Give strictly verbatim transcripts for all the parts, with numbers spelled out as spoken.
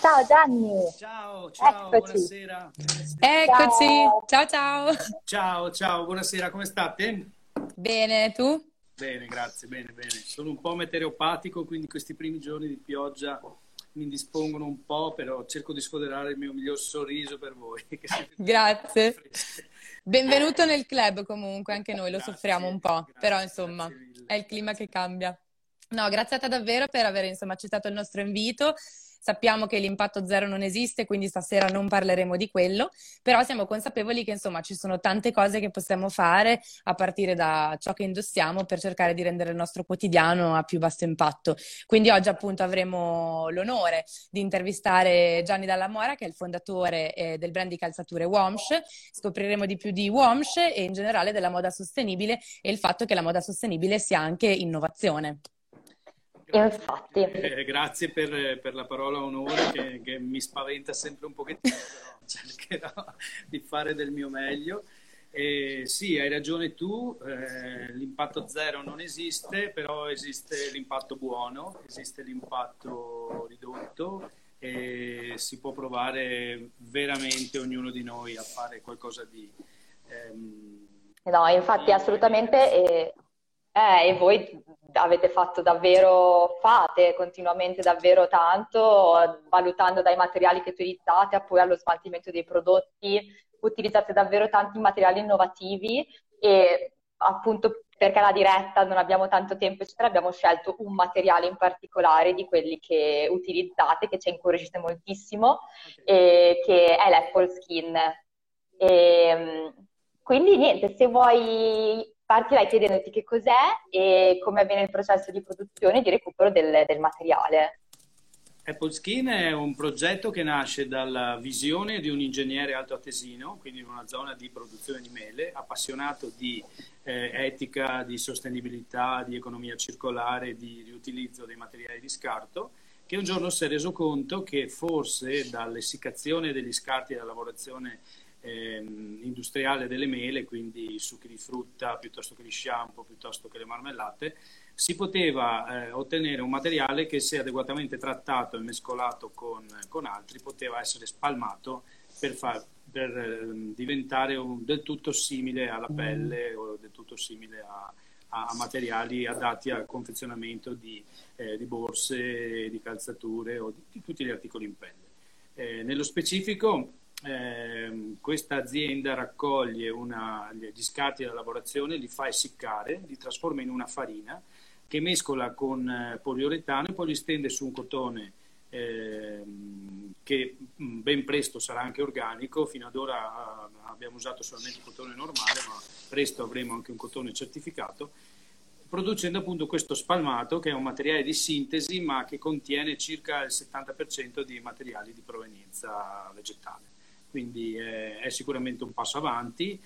ciao Gianni. Ciao, ciao, Eccoci. buonasera. Eccoci, Ciao. ciao ciao. Ciao, ciao, buonasera, come state? Bene, tu? Bene, grazie, bene, bene. Sono un po' meteoropatico, quindi questi primi giorni di pioggia mi indispongono un po', però cerco di sfoderare il mio miglior sorriso per voi. Che siete Grazie. fresche. Benvenuto nel club comunque, anche noi lo Grazie, soffriamo un po', grazie, però insomma grazie mille, è il clima grazie. che cambia. No, grazie a te davvero per aver insomma accettato il nostro invito. Sappiamo che l'impatto zero non esiste, quindi stasera non parleremo di quello, però siamo consapevoli che insomma ci sono tante cose che possiamo fare a partire da ciò che indossiamo per cercare di rendere il nostro quotidiano a più basso impatto. Quindi oggi appunto avremo l'onore di intervistare Gianni Dalla Mora, che è il fondatore eh, del brand di calzature Womsh. Scopriremo di più di Womsh e in generale della moda sostenibile e il fatto che la moda sostenibile sia anche innovazione. Grazie, Infatti. eh, grazie per, per la parola onore che, che mi spaventa sempre un pochettino, però cercherò di fare del mio meglio. Eh, sì, hai ragione tu, eh, l'impatto zero non esiste, però esiste l'impatto buono, esiste l'impatto ridotto e si può provare veramente ognuno di noi a fare qualcosa di... ehm, No, infatti di- assolutamente. E, eh, e voi avete fatto davvero, fate continuamente davvero tanto, valutando dai materiali che utilizzate a poi allo smaltimento dei prodotti, utilizzate davvero tanti materiali innovativi e appunto perché la diretta non abbiamo tanto tempo, eccetera, abbiamo scelto un materiale in particolare di quelli che utilizzate, che ci incuriosisce moltissimo, Ok. e che è l'Apple Skin. E, quindi niente, se vuoi partirei chiedendoti che cos'è e come avviene il processo di produzione e di recupero del, del materiale. Apple Skin è un progetto che nasce dalla visione di un ingegnere altoatesino, quindi in una zona di produzione di mele, appassionato di eh, etica, di sostenibilità, di economia circolare, di riutilizzo dei materiali di scarto, che un giorno si è reso conto che forse dall'essiccazione degli scarti e dalla lavorazione eh, industriale delle mele, quindi i succhi di frutta piuttosto che gli shampoo, piuttosto che le marmellate, si poteva eh, ottenere un materiale che, se adeguatamente trattato e mescolato con, con altri, poteva essere spalmato per, far, per eh, diventare un, del tutto simile alla pelle o del tutto simile a, a materiali adatti al confezionamento di, eh, di borse, di calzature o di, di tutti gli articoli in pelle. Eh, nello specifico, eh, questa azienda raccoglie una, gli scarti della lavorazione, li fa essiccare, li trasforma in una farina che mescola con eh, poliuretano e poi li stende su un cotone eh, che mh, ben presto sarà anche organico. Fino ad ora eh, abbiamo usato solamente cotone normale, ma presto avremo anche un cotone certificato, producendo appunto questo spalmato, che è un materiale di sintesi ma che contiene circa il settanta per cento di materiali di provenienza vegetale. Quindi eh, è sicuramente un passo avanti.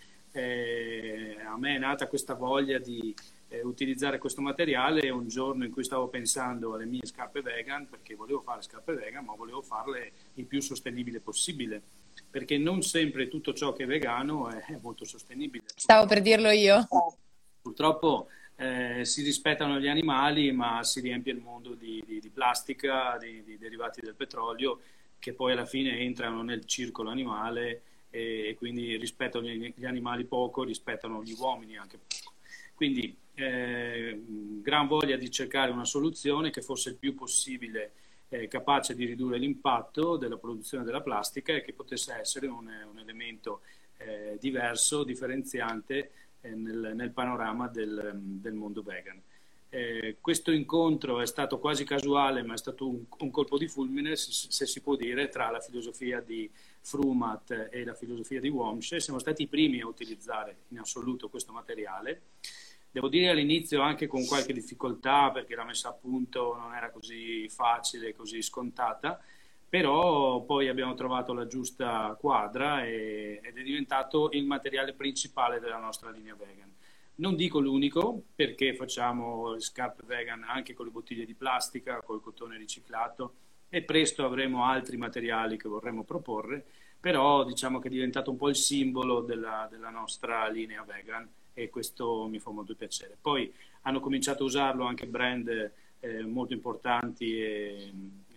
Eh, a me è nata questa voglia di eh, utilizzare questo materiale un giorno in cui stavo pensando alle mie scarpe vegan, perché volevo fare scarpe vegan, ma volevo farle il più sostenibile possibile, perché non sempre tutto ciò che è vegano è molto sostenibile. Stavo per dirlo io. Purtroppo eh, si rispettano gli animali, ma si riempie il mondo di, di, di plastica, di, di derivati del petrolio, che poi alla fine entrano nel circolo animale e, e quindi rispettano gli, gli animali poco, rispettano gli uomini anche poco. Quindi eh, gran voglia di cercare una soluzione che fosse il più possibile eh, capace di ridurre l'impatto della produzione della plastica e che potesse essere un, un elemento eh, diverso, differenziante eh, nel, nel panorama del, del mondo vegan. Eh, questo incontro è stato quasi casuale, ma è stato un, un colpo di fulmine, se, se si può dire, tra la filosofia di Frumat e la filosofia di Womsh. Siamo stati i primi a utilizzare in assoluto questo materiale. Devo dire all'inizio anche con qualche difficoltà, perché la messa a punto non era così facile, così scontata, però poi abbiamo trovato la giusta quadra e, ed è diventato il materiale principale della nostra linea vegan. Non dico l'unico, perché facciamo scarpe vegan anche con le bottiglie di plastica, col cotone riciclato, e presto avremo altri materiali che vorremmo proporre, però diciamo che è diventato un po' il simbolo della, della nostra linea vegan e questo mi fa molto piacere. Poi hanno cominciato a usarlo anche brand eh, molto importanti e, e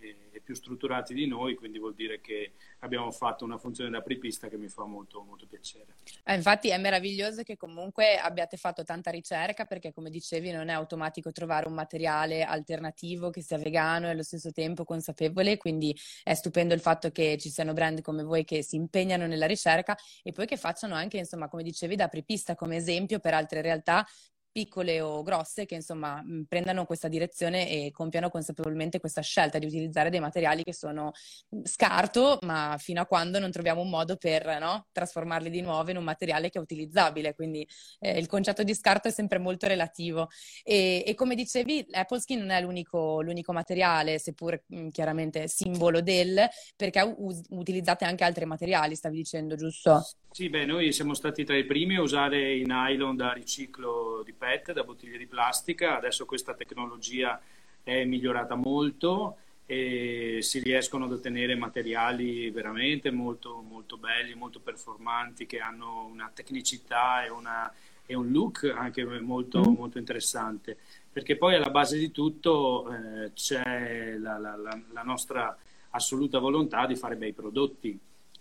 più strutturati di noi, quindi vuol dire che abbiamo fatto una funzione da apripista che mi fa molto, molto piacere. Eh, infatti è meraviglioso che comunque abbiate fatto tanta ricerca, perché come dicevi non è automatico trovare un materiale alternativo che sia vegano e allo stesso tempo consapevole, quindi è stupendo il fatto che ci siano brand come voi che si impegnano nella ricerca e poi che facciano anche, insomma, come dicevi, da apripista come esempio per altre realtà piccole o grosse che insomma mh, prendano questa direzione e compiano consapevolmente questa scelta di utilizzare dei materiali che sono mh, scarto, ma fino a quando non troviamo un modo per, no, trasformarli di nuovo in un materiale che è utilizzabile. Quindi eh, il concetto di scarto è sempre molto relativo. E, e come dicevi, Appleskin non è l'unico, l'unico materiale, seppur mh, chiaramente simbolo del, perché u- utilizzate anche altri materiali, stavi dicendo, giusto? Sì, beh, noi siamo stati tra i primi a usare i nylon da riciclo di P E T, da bottiglie di plastica. Adesso questa tecnologia è migliorata molto e si riescono ad ottenere materiali veramente molto, molto belli, molto performanti, che hanno una tecnicità e, una, e un look anche molto, Mm. molto interessante. Perché poi alla base di tutto eh, c'è la, la, la, la nostra assoluta volontà di fare bei prodotti.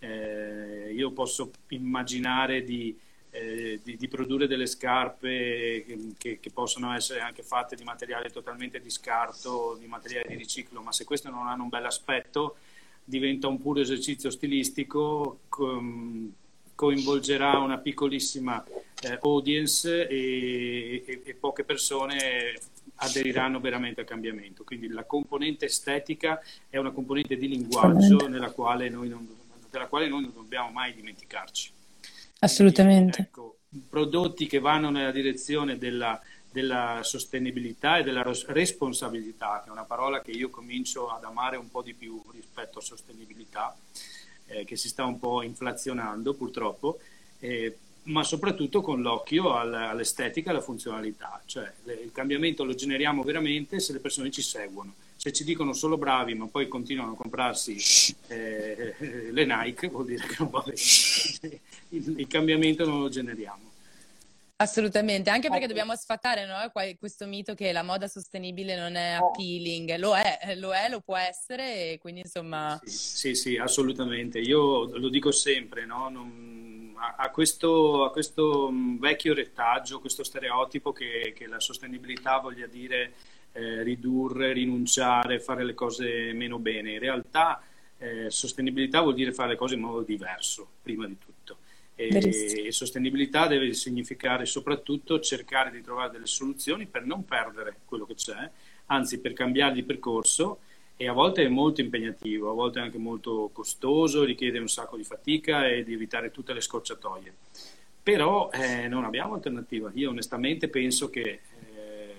Eh, io posso immaginare di, eh, di, di produrre delle scarpe che, che possono essere anche fatte di materiale totalmente di scarto, di materiale di riciclo, ma se queste non hanno un bel aspetto diventa un puro esercizio stilistico, co- coinvolgerà una piccolissima eh, audience e, e, e poche persone aderiranno veramente al cambiamento. Quindi la componente estetica è una componente di linguaggio nella quale noi non della quale noi non dobbiamo mai dimenticarci. Assolutamente. Quindi, ecco, prodotti che vanno nella direzione della, della sostenibilità e della responsabilità, che è una parola che io comincio ad amare un po' di più rispetto a sostenibilità, eh, che si sta un po' inflazionando purtroppo, eh, ma soprattutto con l'occhio all'estetica e alla funzionalità. Cioè il cambiamento lo generiamo veramente se le persone ci seguono. Se ci dicono solo bravi ma poi continuano a comprarsi eh, le Nike, vuol dire che non va bene. Il, il cambiamento non lo generiamo. Assolutamente, anche perché dobbiamo sfatare, no, questo mito che la moda sostenibile non è appealing. Lo è, lo è, lo può essere, e quindi insomma... Sì, sì, sì, assolutamente. Io lo dico sempre, no? Non, a, a, questo, a questo vecchio retaggio, questo stereotipo che, che la sostenibilità voglia dire eh, ridurre, rinunciare, fare le cose meno bene. In realtà eh, sostenibilità vuol dire fare le cose in modo diverso, prima di tutto. E, e sostenibilità deve significare soprattutto cercare di trovare delle soluzioni per non perdere quello che c'è, anzi per cambiare di percorso, e a volte è molto impegnativo, a volte è anche molto costoso, richiede un sacco di fatica e di evitare tutte le scorciatoie. Però eh, non abbiamo alternativa. Io onestamente penso che eh,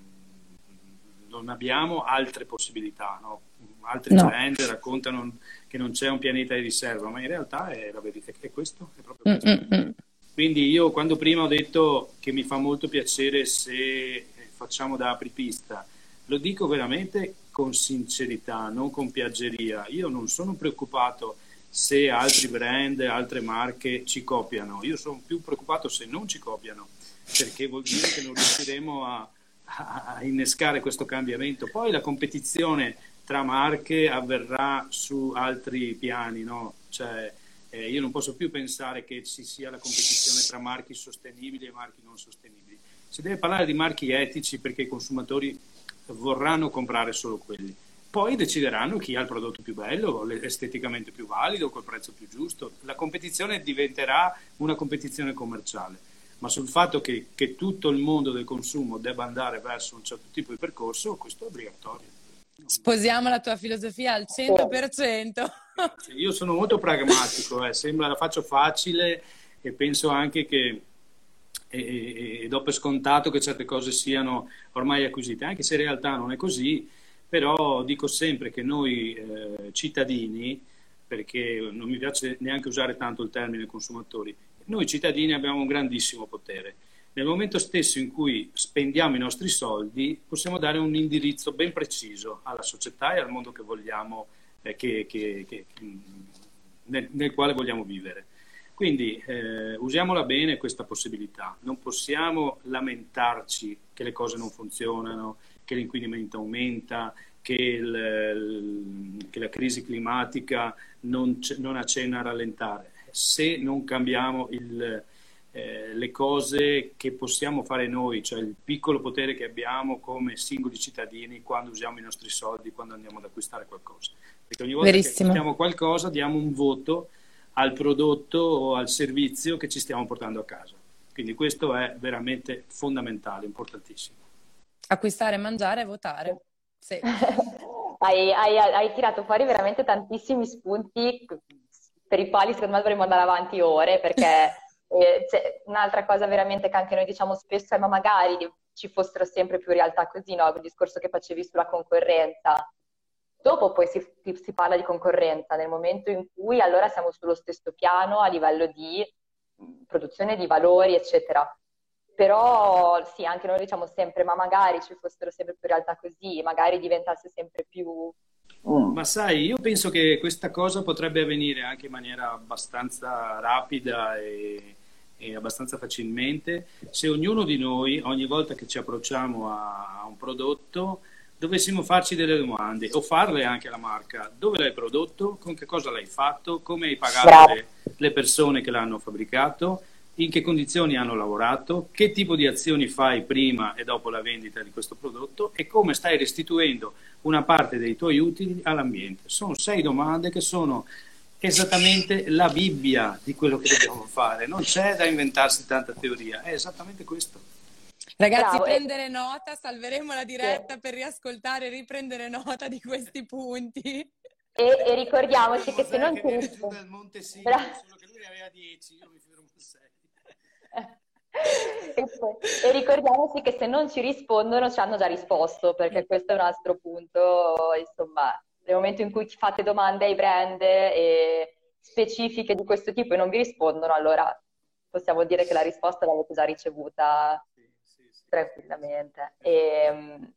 non abbiamo altre possibilità, no? Altri no. brand raccontano che non c'è un pianeta di riserva, ma in realtà è la verità, è questo, è proprio questo. Mm-mm. Quindi io quando prima ho detto che mi fa molto piacere se facciamo da apripista, lo dico veramente con sincerità, non con piaggeria. Io non sono preoccupato se altri brand, altre marche ci copiano, io sono più preoccupato se non ci copiano, perché vuol dire che non riusciremo a, a innescare questo cambiamento. Poi la competizione tra marche avverrà su altri piani, no? Cioè, eh, io non posso più pensare che ci sia la competizione tra marchi sostenibili e marchi non sostenibili. Si deve parlare di marchi etici perché i consumatori vorranno comprare solo quelli. Poi decideranno chi ha il prodotto più bello, esteticamente più valido, col prezzo più giusto. La competizione diventerà una competizione commerciale, ma sul fatto che, che tutto il mondo del consumo debba andare verso un certo tipo di percorso, questo è obbligatorio. Sposiamo la tua filosofia al cento per cento. Io sono molto pragmatico, eh. Sembra la faccio facile e penso anche che e, e, e do per scontato che certe cose siano ormai acquisite, anche se in realtà non è così. Però dico sempre che noi eh, cittadini, perché non mi piace neanche usare tanto il termine consumatori, noi cittadini abbiamo un grandissimo potere. Nel momento stesso in cui spendiamo i nostri soldi possiamo dare un indirizzo ben preciso alla società e al mondo che vogliamo, eh, che, che, che, nel, nel quale vogliamo vivere. Quindi eh, usiamola bene questa possibilità. Non possiamo lamentarci che le cose non funzionano, che l'inquinamento aumenta, che, il, che la crisi climatica non, non accenna a rallentare. Se non cambiamo il, eh, le cose che possiamo fare noi, cioè il piccolo potere che abbiamo come singoli cittadini quando usiamo i nostri soldi, quando andiamo ad acquistare qualcosa. Perché ogni volta Verissimo. che acquistiamo qualcosa diamo un voto al prodotto o al servizio che ci stiamo portando a casa. Quindi questo è veramente fondamentale, importantissimo. Acquistare, mangiare e votare. Sì. hai, hai, hai tirato fuori veramente tantissimi spunti per i quali secondo me dovremmo andare avanti ore, perché eh, c'è un'altra cosa veramente che anche noi diciamo spesso è ma magari ci fossero sempre più realtà così, no? Il discorso che facevi sulla concorrenza. Dopo poi si, si parla di concorrenza, nel momento in cui allora siamo sullo stesso piano a livello di produzione di valori, eccetera. Però sì, anche noi diciamo sempre, ma magari ci fossero sempre più realtà così, magari diventasse sempre più... Mm. Ma sai, io penso che questa cosa potrebbe avvenire anche in maniera abbastanza rapida e, e abbastanza facilmente se ognuno di noi, ogni volta che ci approcciamo a, a un prodotto, dovessimo farci delle domande o farle anche alla marca. Dove l'hai prodotto? Con che cosa l'hai fatto? Come hai pagato le, le persone che l'hanno fabbricato? In che condizioni hanno lavorato? Che tipo di azioni fai prima e dopo la vendita di questo prodotto? E come stai restituendo una parte dei tuoi utili all'ambiente? Sono sei domande che sono esattamente la Bibbia di quello che dobbiamo fare. Non c'è da inventarsi tanta teoria, è esattamente questo. Ragazzi, Bravo. prendere nota, salveremo la diretta sì. per riascoltare e riprendere nota di questi punti. E, e ricordiamoci che se non che ti risponde dal Monte Siglio, solo che lui ne aveva dieci, io mi fermo a sei. E, poi, e ricordiamoci che se non ci rispondono ci hanno già risposto, perché questo è un altro punto, insomma, nel momento in cui fate domande ai brand e specifiche di questo tipo e non vi rispondono, allora possiamo dire che la risposta l'avete già ricevuta tranquillamente. E, eh,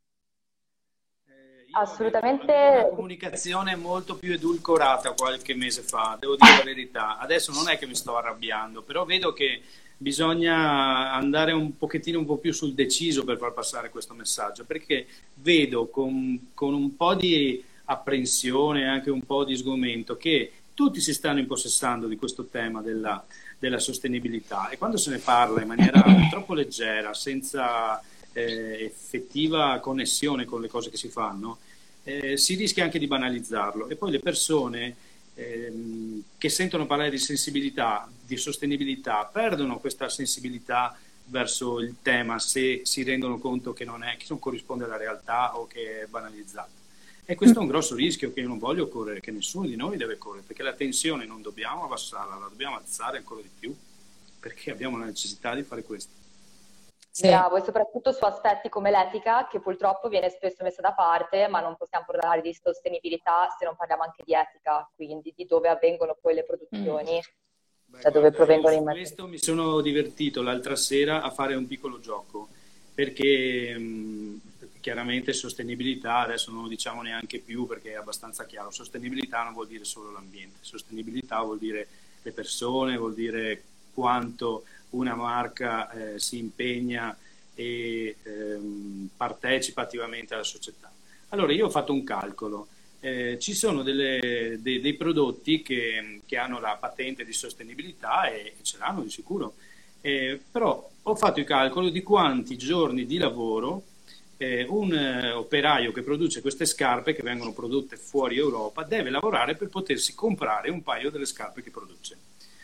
assolutamente una comunicazione molto più edulcorata qualche mese fa, devo dire la verità. Adesso non è che mi sto arrabbiando, però vedo che bisogna andare un pochettino un po' più sul deciso per far passare questo messaggio, perché vedo con, con un po' di apprensione e anche un po' di sgomento che tutti si stanno impossessando di questo tema della della sostenibilità, e quando se ne parla in maniera troppo leggera, senza eh, effettiva connessione con le cose che si fanno, eh, si rischia anche di banalizzarlo, e poi le persone ehm, che sentono parlare di sensibilità, di sostenibilità, perdono questa sensibilità verso il tema se si rendono conto che non è, che non corrisponde alla realtà o che è banalizzato. E questo è un grosso rischio che io non voglio correre, che nessuno di noi deve correre, perché la tensione non dobbiamo abbassarla, la dobbiamo alzare ancora di più, perché abbiamo la necessità di fare questo. Sì. Bravo, e soprattutto su aspetti come l'etica, che purtroppo viene spesso messa da parte, ma non possiamo parlare di sostenibilità se non parliamo anche di etica, quindi di dove avvengono poi le produzioni, mm. Beh, da dove guarda, provengono i materiali. Questo mi sono divertito l'altra sera a fare un piccolo gioco, perché... Mh, chiaramente sostenibilità adesso non lo diciamo neanche più perché è abbastanza chiaro. Sostenibilità non vuol dire solo l'ambiente, sostenibilità vuol dire le persone, vuol dire quanto una marca eh, si impegna e ehm, partecipa attivamente alla società. Allora io ho fatto un calcolo, eh, ci sono delle, dei, dei prodotti che, che hanno la patente di sostenibilità e, e ce l'hanno di sicuro, eh, però ho fatto il calcolo di quanti giorni di lavoro Eh, un eh, operaio che produce queste scarpe che vengono prodotte fuori Europa deve lavorare per potersi comprare un paio delle scarpe che produce,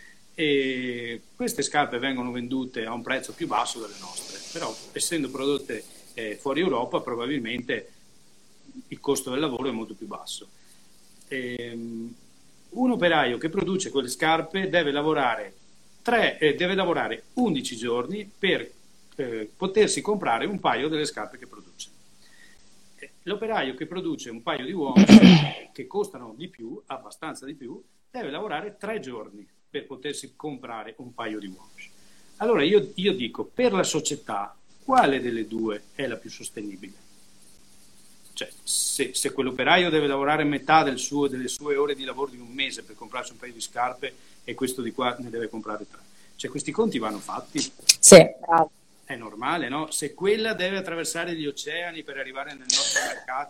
e queste scarpe vengono vendute a un prezzo più basso delle nostre, però essendo prodotte eh, fuori Europa probabilmente il costo del lavoro è molto più basso. E, um, un operaio che produce quelle scarpe deve lavorare, tre, eh, deve lavorare undici giorni per Eh, potersi comprare un paio delle scarpe che produce. Eh, l'operaio che produce un paio di uomini che costano di più, abbastanza di più, deve lavorare tre giorni per potersi comprare un paio di uomini. Allora io, io dico, per la società, quale delle due è la più sostenibile? Cioè, se, se quell'operaio deve lavorare metà del suo, delle sue ore di lavoro di un mese per comprarsi un paio di scarpe e questo di qua ne deve comprare tre. Cioè, questi conti vanno fatti? Sì. È normale, no? Se quella deve attraversare gli oceani per arrivare nel nostro mercato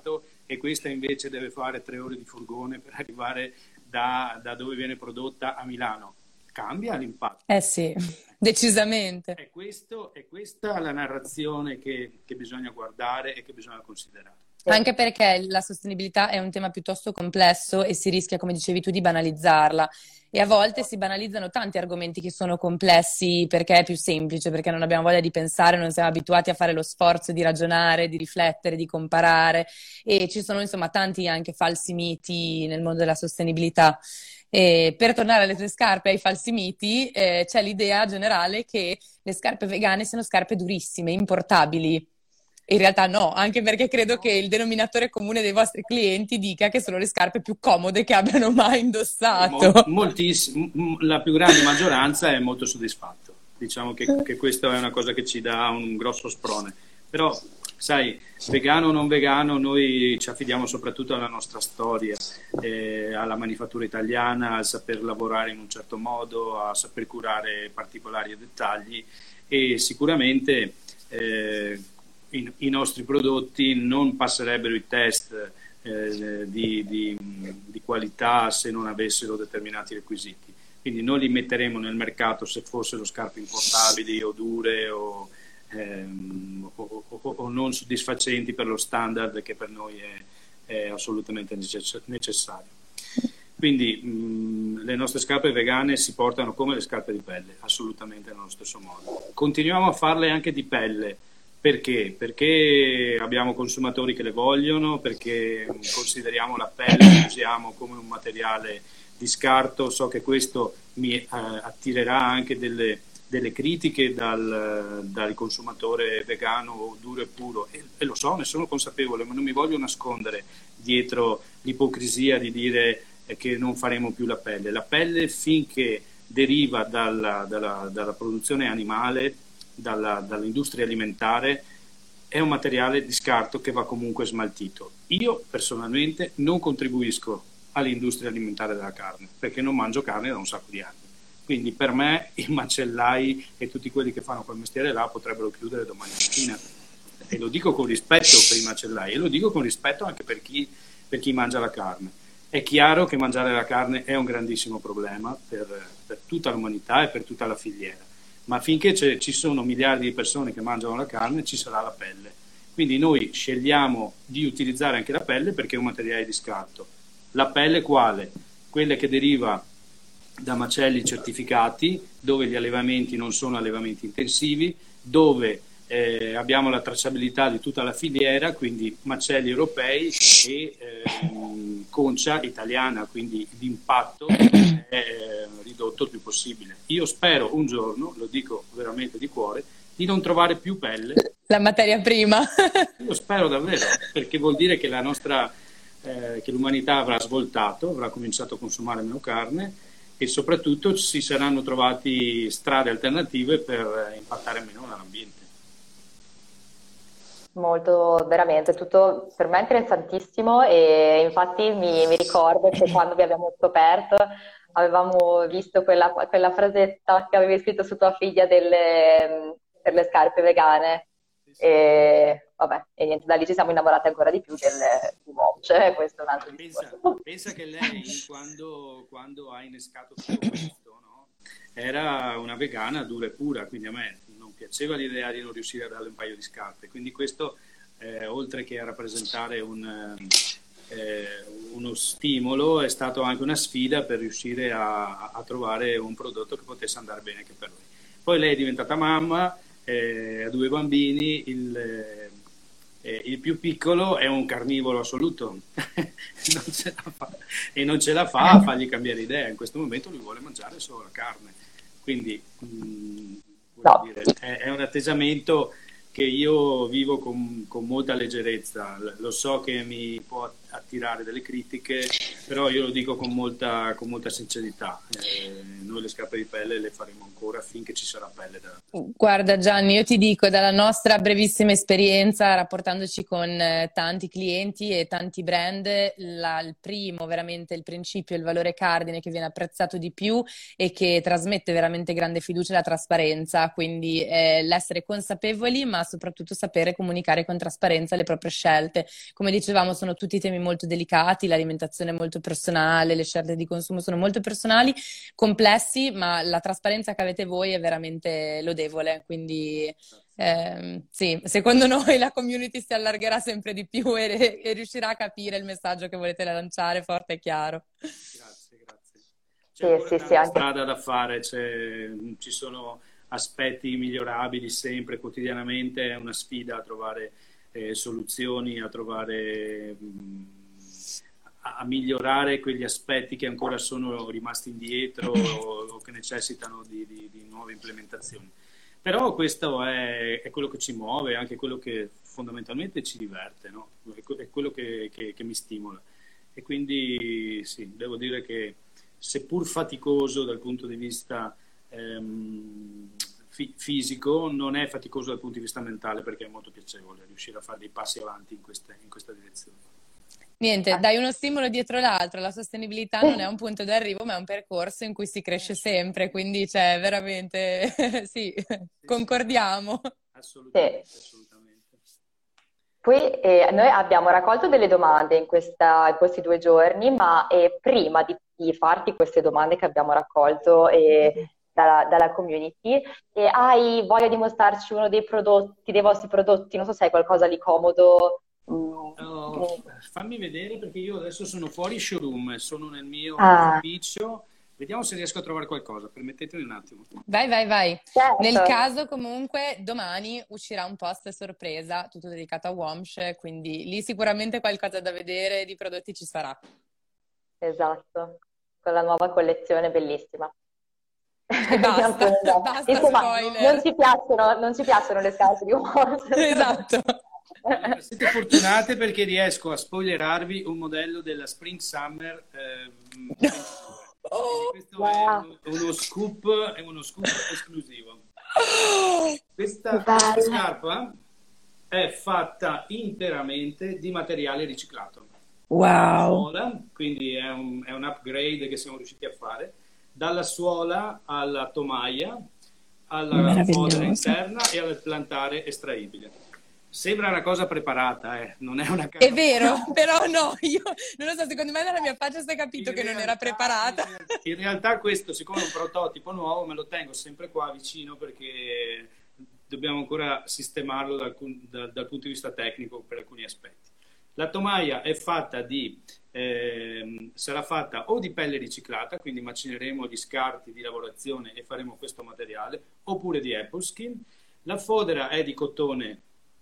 e questa invece deve fare tre ore di furgone per arrivare da, da dove viene prodotta a Milano. Cambia l'impatto. Eh sì, decisamente. È, questo, è questa la narrazione che, che bisogna guardare e che bisogna considerare. Anche perché la sostenibilità è un tema piuttosto complesso e si rischia, come dicevi tu, di banalizzarla. E a volte si banalizzano tanti argomenti che sono complessi perché è più semplice, perché non abbiamo voglia di pensare, non siamo abituati a fare lo sforzo di ragionare, di riflettere, di comparare. E ci sono insomma tanti anche falsi miti nel mondo della sostenibilità. E per tornare alle tue scarpe, ai falsi miti, eh, c'è l'idea generale che le scarpe vegane siano scarpe durissime, importabili. In realtà no, anche perché credo che il denominatore comune dei vostri clienti dica che sono le scarpe più comode che abbiano mai indossato. Mol- moltissimo, la più grande maggioranza è molto soddisfatto. Diciamo che, che questa è una cosa che ci dà un grosso sprone. Però, sai, vegano o non vegano, noi ci affidiamo soprattutto alla nostra storia, eh, alla manifattura italiana, al saper lavorare in un certo modo, a saper curare particolari e dettagli, e sicuramente eh, i, i nostri prodotti non passerebbero i test eh, di, di, di qualità se non avessero determinati requisiti. Quindi non li metteremo nel mercato se fossero scarpe importabili o dure o, ehm, o, o, o non soddisfacenti per lo standard che per noi è, è assolutamente necessario. Quindi mh, le nostre scarpe vegane si portano come le scarpe di pelle, assolutamente nello stesso modo. Continuiamo a farle anche di pelle. Perché? Perché abbiamo consumatori che le vogliono, perché consideriamo la pelle che usiamo come un materiale di scarto. So che questo mi eh, attirerà anche delle, delle critiche dal, dal consumatore vegano duro e puro, e, e lo so, ne sono consapevole, ma non mi voglio nascondere dietro l'ipocrisia di dire eh, che non faremo più la pelle. La pelle, finché deriva dalla, dalla, dalla produzione animale, dalla, dall'industria alimentare, è un materiale di scarto che va comunque smaltito. Io personalmente non contribuisco all'industria alimentare della carne, perché non mangio carne da un sacco di anni. Quindi per me i macellai e tutti quelli che fanno quel mestiere là potrebbero chiudere domani mattina. E lo dico con rispetto per i macellai, e lo dico con rispetto anche per chi, per chi mangia la carne. È chiaro che mangiare la carne è un grandissimo problema per, per tutta l'umanità e per tutta la filiera, ma finché ci sono miliardi di persone che mangiano la carne ci sarà la pelle. Quindi noi scegliamo di utilizzare anche la pelle perché è un materiale di scarto. La pelle quale? Quella che deriva da macelli certificati, dove gli allevamenti non sono allevamenti intensivi, dove eh, abbiamo la tracciabilità di tutta la filiera, quindi macelli europei e eh, concia italiana, quindi l'impatto è ridotto il più possibile. Io spero un giorno, lo dico veramente di cuore, di non trovare più pelle. La materia prima. Io spero davvero, perché vuol dire che la nostra eh, che l'umanità avrà svoltato, avrà cominciato a consumare meno carne e soprattutto si saranno trovati strade alternative per impattare meno l'ambiente. Molto, veramente, tutto per me interessantissimo, e infatti mi, mi ricordo che quando vi abbiamo scoperto avevamo visto quella, quella frasetta che avevi scritto su tua figlia delle, per le scarpe vegane, e vabbè, e niente, da lì ci siamo innamorati ancora di più delle watch, e questo è un altro discorso. Pensa, pensa che lei quando, quando ha innescato tutto questo, no? Era una vegana dura e pura, quindi a me non piaceva l'idea di non riuscire a darle un paio di scarpe, quindi questo eh, oltre che a rappresentare un, eh, uno stimolo è stato anche una sfida per riuscire a, a trovare un prodotto che potesse andare bene anche per lei. Poi lei è diventata mamma, eh, ha due bambini, il, eh, il più piccolo è un carnivoro assoluto non ce la fa, e non ce la fa a fargli cambiare idea. In questo momento lui vuole mangiare solo la carne, quindi mh, no. dire, è, è un atteggiamento che io vivo con, con molta leggerezza. Lo so che mi può attirare delle critiche, però io lo dico con molta, con molta sincerità. Eh, noi le scarpe di pelle le faremo ancora finché ci sarà pelle da... Guarda Gianni, io ti dico dalla nostra brevissima esperienza rapportandoci con eh, tanti clienti e tanti brand, la, il primo veramente il principio, il valore cardine che viene apprezzato di più e che trasmette veramente grande fiducia è la trasparenza, quindi eh, l'essere consapevoli ma soprattutto sapere comunicare con trasparenza le proprie scelte. Come dicevamo, sono tutti temi molto delicati, l'alimentazione è molto personale, le scelte di consumo sono molto personali, complessi, ma la trasparenza che avete voi è veramente lodevole, quindi ehm, sì, secondo noi la community si allargherà sempre di più e, e riuscirà a capire il messaggio che volete lanciare forte e chiaro. Grazie, grazie. C'è Sì, ancora sì, sì, tanta anche... strada da fare, c'è, ci sono aspetti migliorabili sempre, quotidianamente è una sfida a trovare eh, soluzioni, a trovare mh, a, a migliorare quegli aspetti che ancora sono rimasti indietro o, o che necessitano di, di, di nuove implementazioni. Però questo è, è quello che ci muove, anche quello che fondamentalmente ci diverte, no? È quello che, che, che mi stimola. E quindi sì, devo dire che seppur faticoso dal punto di vista ehm, fi- fisico, non è faticoso dal punto di vista mentale, perché è molto piacevole riuscire a fare dei passi avanti in, queste, in questa direzione. Niente, dai uno stimolo dietro l'altro, la sostenibilità non è un punto d'arrivo ma è un percorso in cui si cresce sempre, quindi c'è veramente, sì, concordiamo. Assolutamente, Sì. assolutamente. Poi eh, noi abbiamo raccolto delle domande in, questa- in questi due giorni, ma eh, prima di, di farti queste domande che abbiamo raccolto eh, dalla, dalla community, eh, hai voglia di mostrarci uno dei prodotti, dei vostri prodotti? Non so se hai qualcosa di comodo. mm, Oh, fammi vedere, perché io adesso sono fuori showroom, sono nel mio Ah, ufficio. Vediamo se riesco a trovare qualcosa. Permettetemi un attimo. Vai, vai, vai. Nel certo. caso comunque domani uscirà un post sorpresa, tutto dedicato a Womsh, quindi lì sicuramente qualcosa da vedere di prodotti ci sarà. Esatto, con la nuova collezione bellissima. E basta, basta Insomma, spoiler. non ci piacciono, non ci piacciono le scarpe di Wars. Esatto. Allora, siete fortunate perché riesco a spoilerarvi un modello della Spring Summer. ehm, Oh, questo wow. è uno, uno scoop, è uno scoop esclusivo. Questa, Che bella. questa scarpa è fatta interamente di materiale riciclato. wow. Suola, quindi è un, è un upgrade che siamo riusciti a fare, dalla suola alla tomaia, alla fodera interna e al plantare estraibile. Sembra una cosa preparata, eh? Non è una cosa... È vero, però no, io non lo so, secondo me dalla mia faccia si è capito In che non realtà- era preparata. In realtà, in realtà questo, siccome è un prototipo nuovo, me lo tengo sempre qua vicino perché dobbiamo ancora sistemarlo dal, dal, dal punto di vista tecnico per alcuni aspetti. La tomaia è fatta di, ehm, sarà fatta o di pelle riciclata, quindi macineremo gli scarti di lavorazione e faremo questo materiale, oppure di apple skin. La fodera è di cotone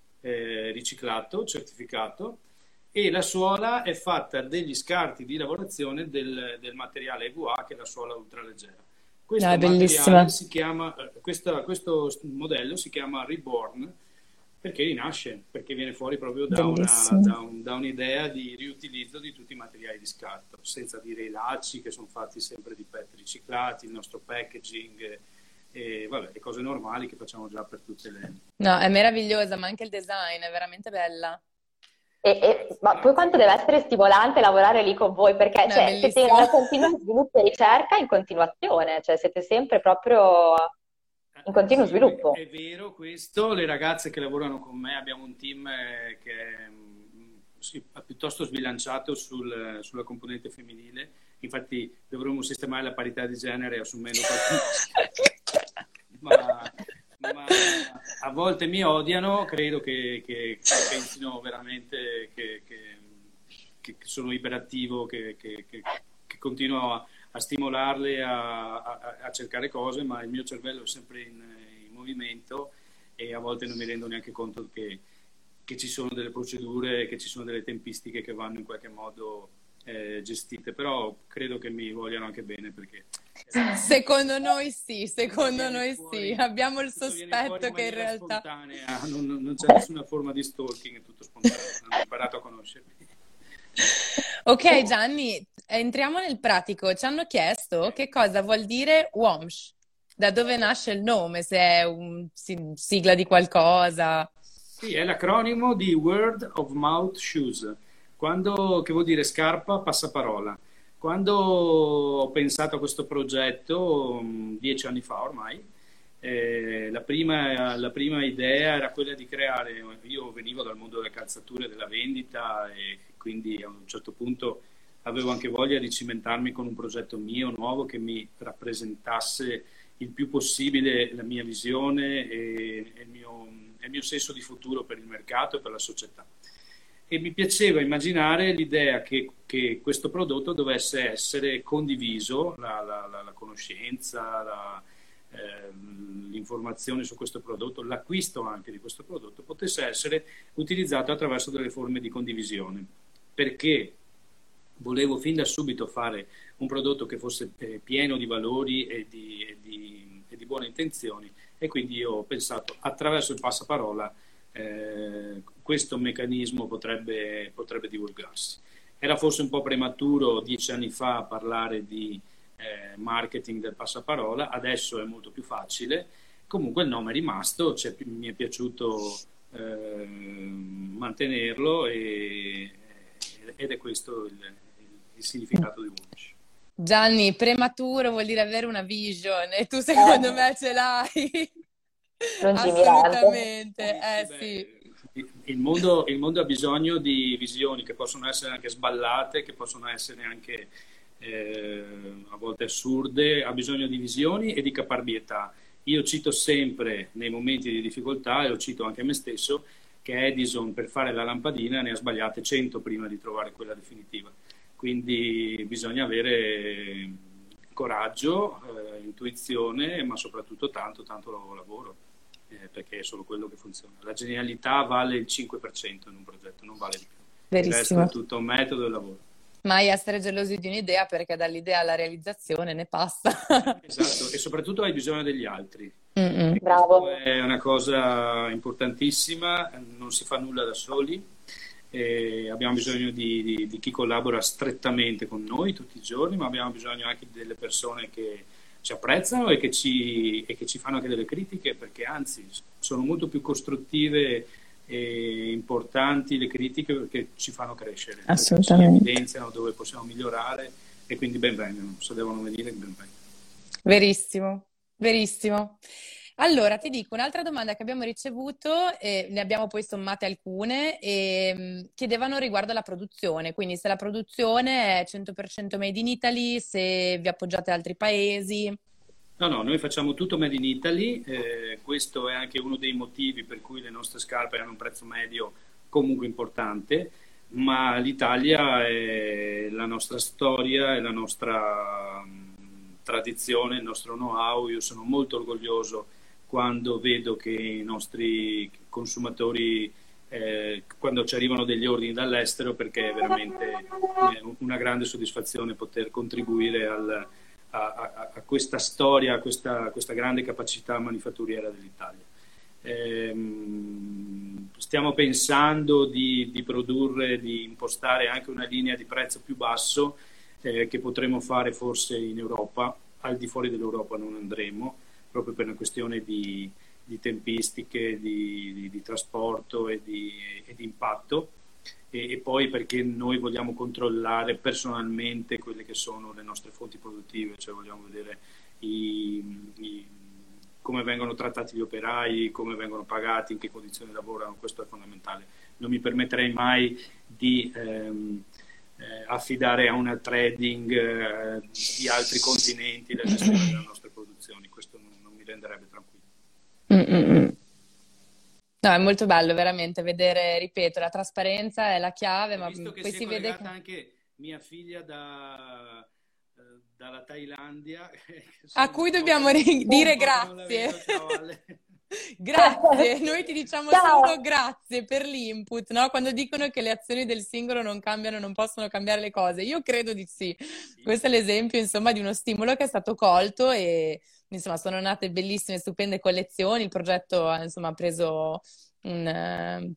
eh, riciclato, certificato, e la suola è fatta degli scarti di lavorazione del, del materiale E V A, che è la suola ultraleggera. Questo No, è materiale bellissima. si chiama, eh, questa- questo modello si chiama Reborn, perché rinasce, perché viene fuori proprio da, una, Bellissimo. da, un- da un'idea di riutilizzo di tutti i materiali di scarto, senza dire i lacci che sono fatti sempre di P E T riciclati, il nostro packaging e, e vabbè, le cose normali che facciamo già per tutte le... No, è meravigliosa, ma anche il design è veramente bella. E, e- ma poi quanto deve essere stimolante lavorare lì con voi, perché No, è cioè, siete in bellissimo. una continua sviluppo e ricerca in continuazione, cioè siete sempre proprio in continuo Sì, sviluppo. è vero questo, le ragazze che lavorano con me, abbiamo un team eh, che è mm, sì, piuttosto sbilanciato sul- sulla componente femminile, infatti dovremmo sistemare la parità di genere assumendo qualcuno, ma, ma a volte mi odiano, credo che, che- che pensino veramente che, che- che- che sono iperattivo, che, che- che- che continuo a a stimolarle a, a- a cercare cose, ma il mio cervello è sempre in, in movimento e a volte non mi rendo neanche conto che, che ci sono delle procedure, che ci sono delle tempistiche che vanno in qualche modo eh, gestite, però credo che mi vogliano anche bene perché eh, Secondo noi sì, secondo viene noi fuori- sì. Abbiamo il tutto viene fuori sospetto che in maniera realtà... spontanea, non, non c'è nessuna forma di stalking, è tutto spontaneo, hanno imparato a conoscermi. Ok, Gianni, entriamo nel pratico. Ci hanno chiesto che cosa vuol dire W O M S, da dove nasce il nome, se è un si- sigla di qualcosa. Sì, è l'acronimo di Word of Mouth Shoes, quando, che vuol dire scarpa passaparola. Quando ho pensato a questo progetto, mh, dieci anni fa ormai, eh, la prima, la prima idea era quella di creare, io venivo dal mondo delle calzature e della vendita e quindi a un certo punto avevo anche voglia di cimentarmi con un progetto mio, nuovo, che mi rappresentasse il più possibile la mia visione e, e il mio, e il mio senso di futuro per il mercato e per la società. E mi piaceva immaginare l'idea che, che questo prodotto dovesse essere condiviso, la, la, la, la conoscenza, la, ehm, l'informazione su questo prodotto, l'acquisto anche di questo prodotto potesse essere utilizzato attraverso delle forme di condivisione, perché volevo fin da subito fare un prodotto che fosse eh, pieno di valori e di, e, di, e di buone intenzioni, e quindi io ho pensato attraverso il passaparola eh, questo meccanismo potrebbe, potrebbe divulgarsi. Era forse un po' prematuro dieci anni fa parlare di eh, marketing del passaparola, adesso è molto più facile. Comunque il nome è rimasto, cioè, mi è piaciuto eh, mantenerlo e, ed è questo il, il, il significato di W O M S. Gianni, prematuro vuol dire avere una vision e tu secondo Eh, me ce l'hai. lungimirante. Assolutamente, Sì, eh sì, sì. beh, il mondo, il mondo ha bisogno di visioni che possono essere anche sballate, che possono essere anche eh, a volte assurde, ha bisogno di visioni e di caparbietà. Io cito sempre nei momenti di difficoltà, e lo cito anche a me stesso, che Edison per fare la lampadina ne ha sbagliate cento prima di trovare quella definitiva. Quindi bisogna avere coraggio, eh, intuizione, ma soprattutto tanto, tanto lavoro, eh, perché è solo quello che funziona. La genialità vale il cinque per cento in un progetto, non vale di più. Il resto è Verissimo. tutto un metodo e lavoro. Mai essere gelosi di un'idea perché dall'idea alla realizzazione ne passa. Esatto, e soprattutto hai bisogno degli altri. Mm-mm. E questo Bravo. è una cosa importantissima, non si fa nulla da soli, e abbiamo bisogno di, di, di chi collabora strettamente con noi tutti i giorni, ma abbiamo bisogno anche delle persone che ci apprezzano e che ci, e che ci fanno anche delle critiche, perché anzi sono molto più costruttive e importanti le critiche, perché ci fanno crescere, perché ci Assolutamente. evidenziano dove possiamo migliorare, e quindi ben vengano, se devono venire ben vengano. Verissimo, verissimo. Allora, ti dico un'altra domanda che abbiamo ricevuto, e ne abbiamo poi sommate alcune, e mh, chiedevano riguardo alla produzione, quindi se la produzione è cento per cento made in Italy, se vi appoggiate ad altri paesi. No, no, noi facciamo tutto made in Italy, eh, questo è anche uno dei motivi per cui le nostre scarpe hanno un prezzo medio comunque importante, ma l'Italia è la nostra storia, è la nostra mh, tradizione, il nostro know-how. Io sono molto orgoglioso quando vedo che i nostri consumatori, eh, quando ci arrivano degli ordini dall'estero, perché è veramente eh, una grande soddisfazione poter contribuire al A, a, a questa storia, a questa, a questa grande capacità manifatturiera dell'Italia. Ehm, stiamo pensando di, di produrre, di impostare anche una linea di prezzo più basso, eh, che potremo fare forse in Europa. Al di fuori dell'Europa non andremo, proprio per una questione di, di tempistiche, di, di, di trasporto e di, e di impatto. E, e poi perché noi vogliamo controllare personalmente quelle che sono le nostre fonti produttive, cioè vogliamo vedere i, i, come vengono trattati gli operai, come vengono pagati, in che condizioni lavorano. Questo è fondamentale. Non mi permetterei mai di ehm, eh, affidare a una trading eh, di altri continenti la gestione delle nostre produzioni. Questo non, non mi renderebbe tranquillo. Mm-mm. No, è molto bello veramente vedere, ripeto, la trasparenza è la chiave, Ho ma visto che poi si è si vede collegata che... anche mia figlia da, eh, dalla Thailandia, che A sono un cui po' dobbiamo che, ri- un dire po' che non la grazie. vedo. Ciao Ale. Grazie, noi ti diciamo solo Ciao! grazie per l'input, no? Quando dicono che le azioni del singolo non cambiano, non possono cambiare le cose, io credo di sì. Sì, Questo è l'esempio, insomma, di uno stimolo che è stato colto e, insomma, sono nate bellissime, stupende collezioni. Il progetto, ha, insomma, ha preso un, eh,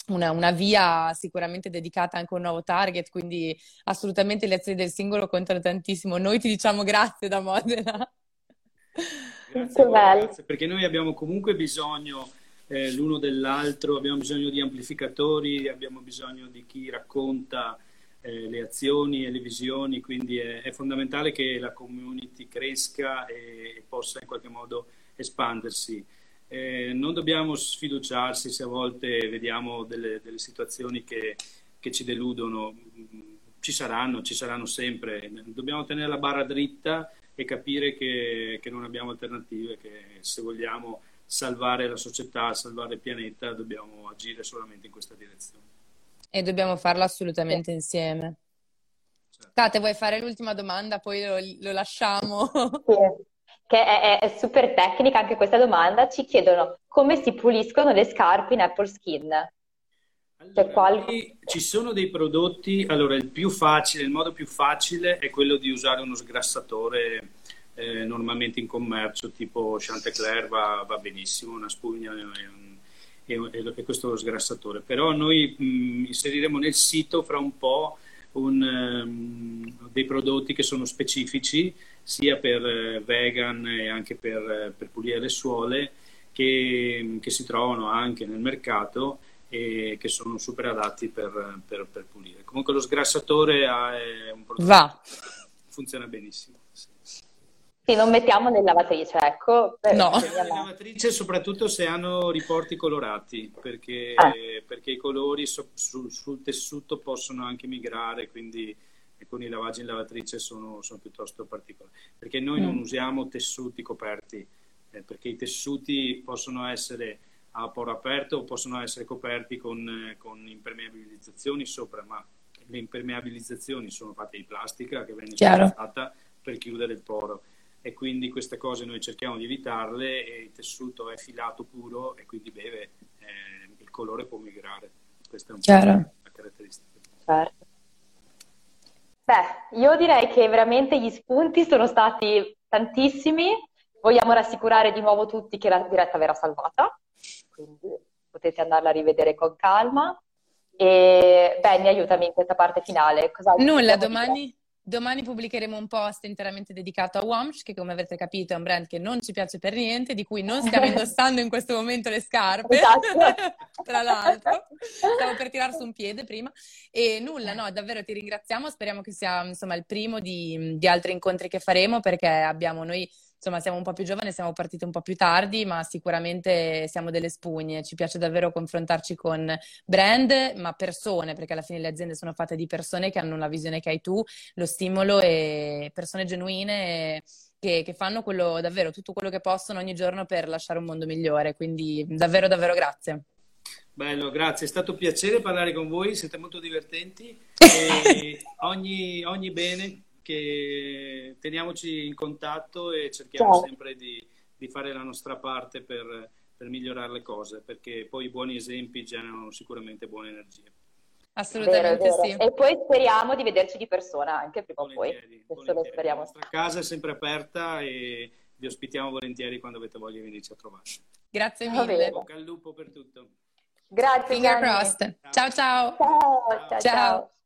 una, una via sicuramente dedicata anche a un nuovo target, quindi assolutamente le azioni del singolo contano tantissimo. Noi ti diciamo grazie da Modena. Grazie a voi ragazze, perché noi abbiamo comunque bisogno eh, l'uno dell'altro, abbiamo bisogno di amplificatori, abbiamo bisogno di chi racconta eh, le azioni e le visioni, quindi è, è fondamentale che la community cresca e, e possa in qualche modo espandersi. Eh, non dobbiamo sfiduciarsi se a volte vediamo delle, delle situazioni che, che ci deludono, ci saranno, ci saranno sempre, dobbiamo tenere la barra dritta e capire che, che non abbiamo alternative, che se vogliamo salvare la società, salvare il pianeta, dobbiamo agire solamente in questa direzione. E dobbiamo farlo assolutamente insieme. Certo. Tate, vuoi fare l'ultima domanda? Poi lo, lo lasciamo. Sì, che è, è super tecnica anche questa domanda. Ci chiedono come si puliscono le scarpe in Apple Skin. Allora, qual... ci sono dei prodotti, allora il più facile, il modo più facile è quello di usare uno sgrassatore eh, normalmente in commercio, tipo Chanticleer va, va benissimo, una spugna e, e, e questo è lo sgrassatore. Però noi mh, inseriremo nel sito fra un po' un, um, dei prodotti che sono specifici sia per eh, vegan e anche per, eh, per pulire le suole che, che si trovano anche nel mercato e che sono super adatti per, per, per pulire. Comunque lo sgrassatore è un prodotto Va. che funziona benissimo. Sì. Sì, non mettiamo nel lavatrice, ecco. No. Nella lavatrice soprattutto se hanno riporti colorati, perché, ah. perché i colori so, sul, sul tessuto possono anche migrare, quindi con i lavaggi in lavatrice sono, sono piuttosto particolari. Perché noi mm. non usiamo tessuti coperti, eh, perché i tessuti possono essere a poro aperto o possono essere coperti con, con impermeabilizzazioni sopra, ma le impermeabilizzazioni sono fatte di plastica che viene utilizzata per chiudere il poro e quindi queste cose noi cerchiamo di evitarle e il tessuto è filato puro e quindi beve, eh, il colore può migrare. Questa è un Chiaro. po' la caratteristica. Certo. Beh, io direi che veramente gli spunti sono stati tantissimi. Vogliamo rassicurare di nuovo tutti che la diretta verrà salvata, quindi potete andarla a rivedere con calma. E Benny, aiutami in questa parte finale. Cos'altro Nulla, possiamo domani, dire? domani pubblicheremo un post interamente dedicato a Wamsh, che come avrete capito è un brand che non ci piace per niente, di cui non stiamo indossando in questo momento le scarpe, Esatto. tra l'altro. Stavo per tirar su un piede prima. E nulla, no, davvero ti ringraziamo, speriamo che sia insomma il primo di, di altri incontri che faremo, perché abbiamo noi... Insomma, siamo un po' più giovani, siamo partiti un po' più tardi, ma sicuramente siamo delle spugne. Ci piace davvero confrontarci con brand, ma persone, perché alla fine le aziende sono fatte di persone che hanno la visione che hai tu, lo stimolo e persone genuine che, che fanno quello, davvero tutto quello che possono ogni giorno per lasciare un mondo migliore. Quindi davvero, davvero grazie. Bello, grazie. È stato un piacere parlare con voi, siete molto divertenti e ogni, ogni bene. Che teniamoci in contatto e cerchiamo Ciao. sempre di, di fare la nostra parte per, per migliorare le cose, perché poi i buoni esempi generano sicuramente buone energie. Assolutamente vero, vero. sì. E poi speriamo di vederci di persona anche prima o poi. Questo lo speriamo. La nostra casa è sempre aperta e vi ospitiamo volentieri quando avete voglia di venirci a trovare. Grazie Va mille. bene. Bocca al lupo per tutto. Grazie. Finger Gianni. crossed. Ciao ciao. Ciao, ciao, ciao. Ciao.